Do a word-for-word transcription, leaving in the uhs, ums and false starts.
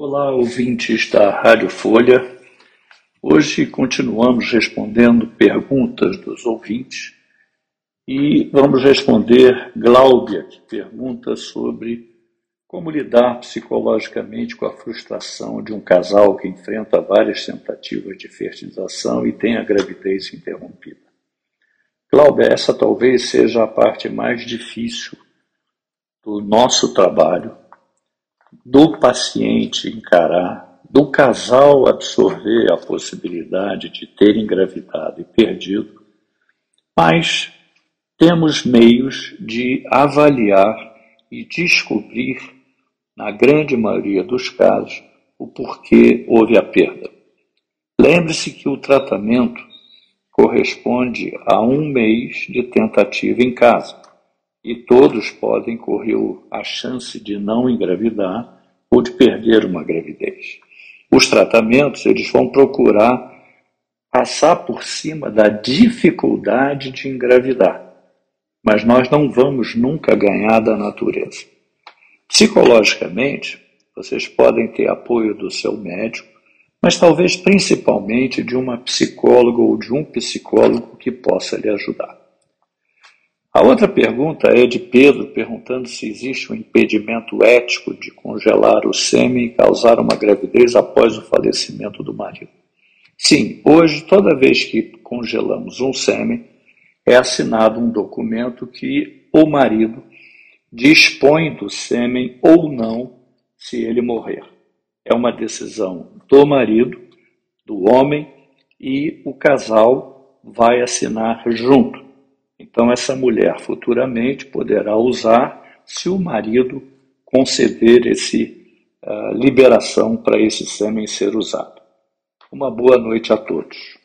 Olá, ouvintes da Rádio Folha. Hoje continuamos respondendo perguntas dos ouvintes e vamos responder Gláudia, que pergunta sobre como lidar psicologicamente com a frustração de um casal que enfrenta várias tentativas de fertilização e tem a gravidez interrompida. Gláudia, essa talvez seja a parte mais difícil do nosso trabalho, do paciente encarar, do casal absorver a possibilidade de ter engravidado e perdido, mas temos meios de avaliar e descobrir, na grande maioria dos casos, o porquê houve a perda. Lembre-se que o tratamento corresponde a um mês de tentativa em casa e todos podem correr a chance de não engravidar ou de perder uma gravidez. Os tratamentos eles vão procurar passar por cima da dificuldade de engravidar, mas nós não vamos nunca ganhar da natureza. Psicologicamente, vocês podem ter apoio do seu médico, mas talvez principalmente de uma psicóloga ou de um psicólogo que possa lhe ajudar. A outra pergunta é de Pedro, perguntando se existe um impedimento ético de congelar o sêmen e causar uma gravidez após o falecimento do marido. Sim, hoje, toda vez que congelamos um sêmen, é assinado um documento que o marido dispõe do sêmen ou não se ele morrer. É uma decisão do marido, do homem, e o casal vai assinar junto. Então, essa mulher futuramente poderá usar se o marido conceder esse, uh, liberação para esse sêmen ser usado. Uma boa noite a todos.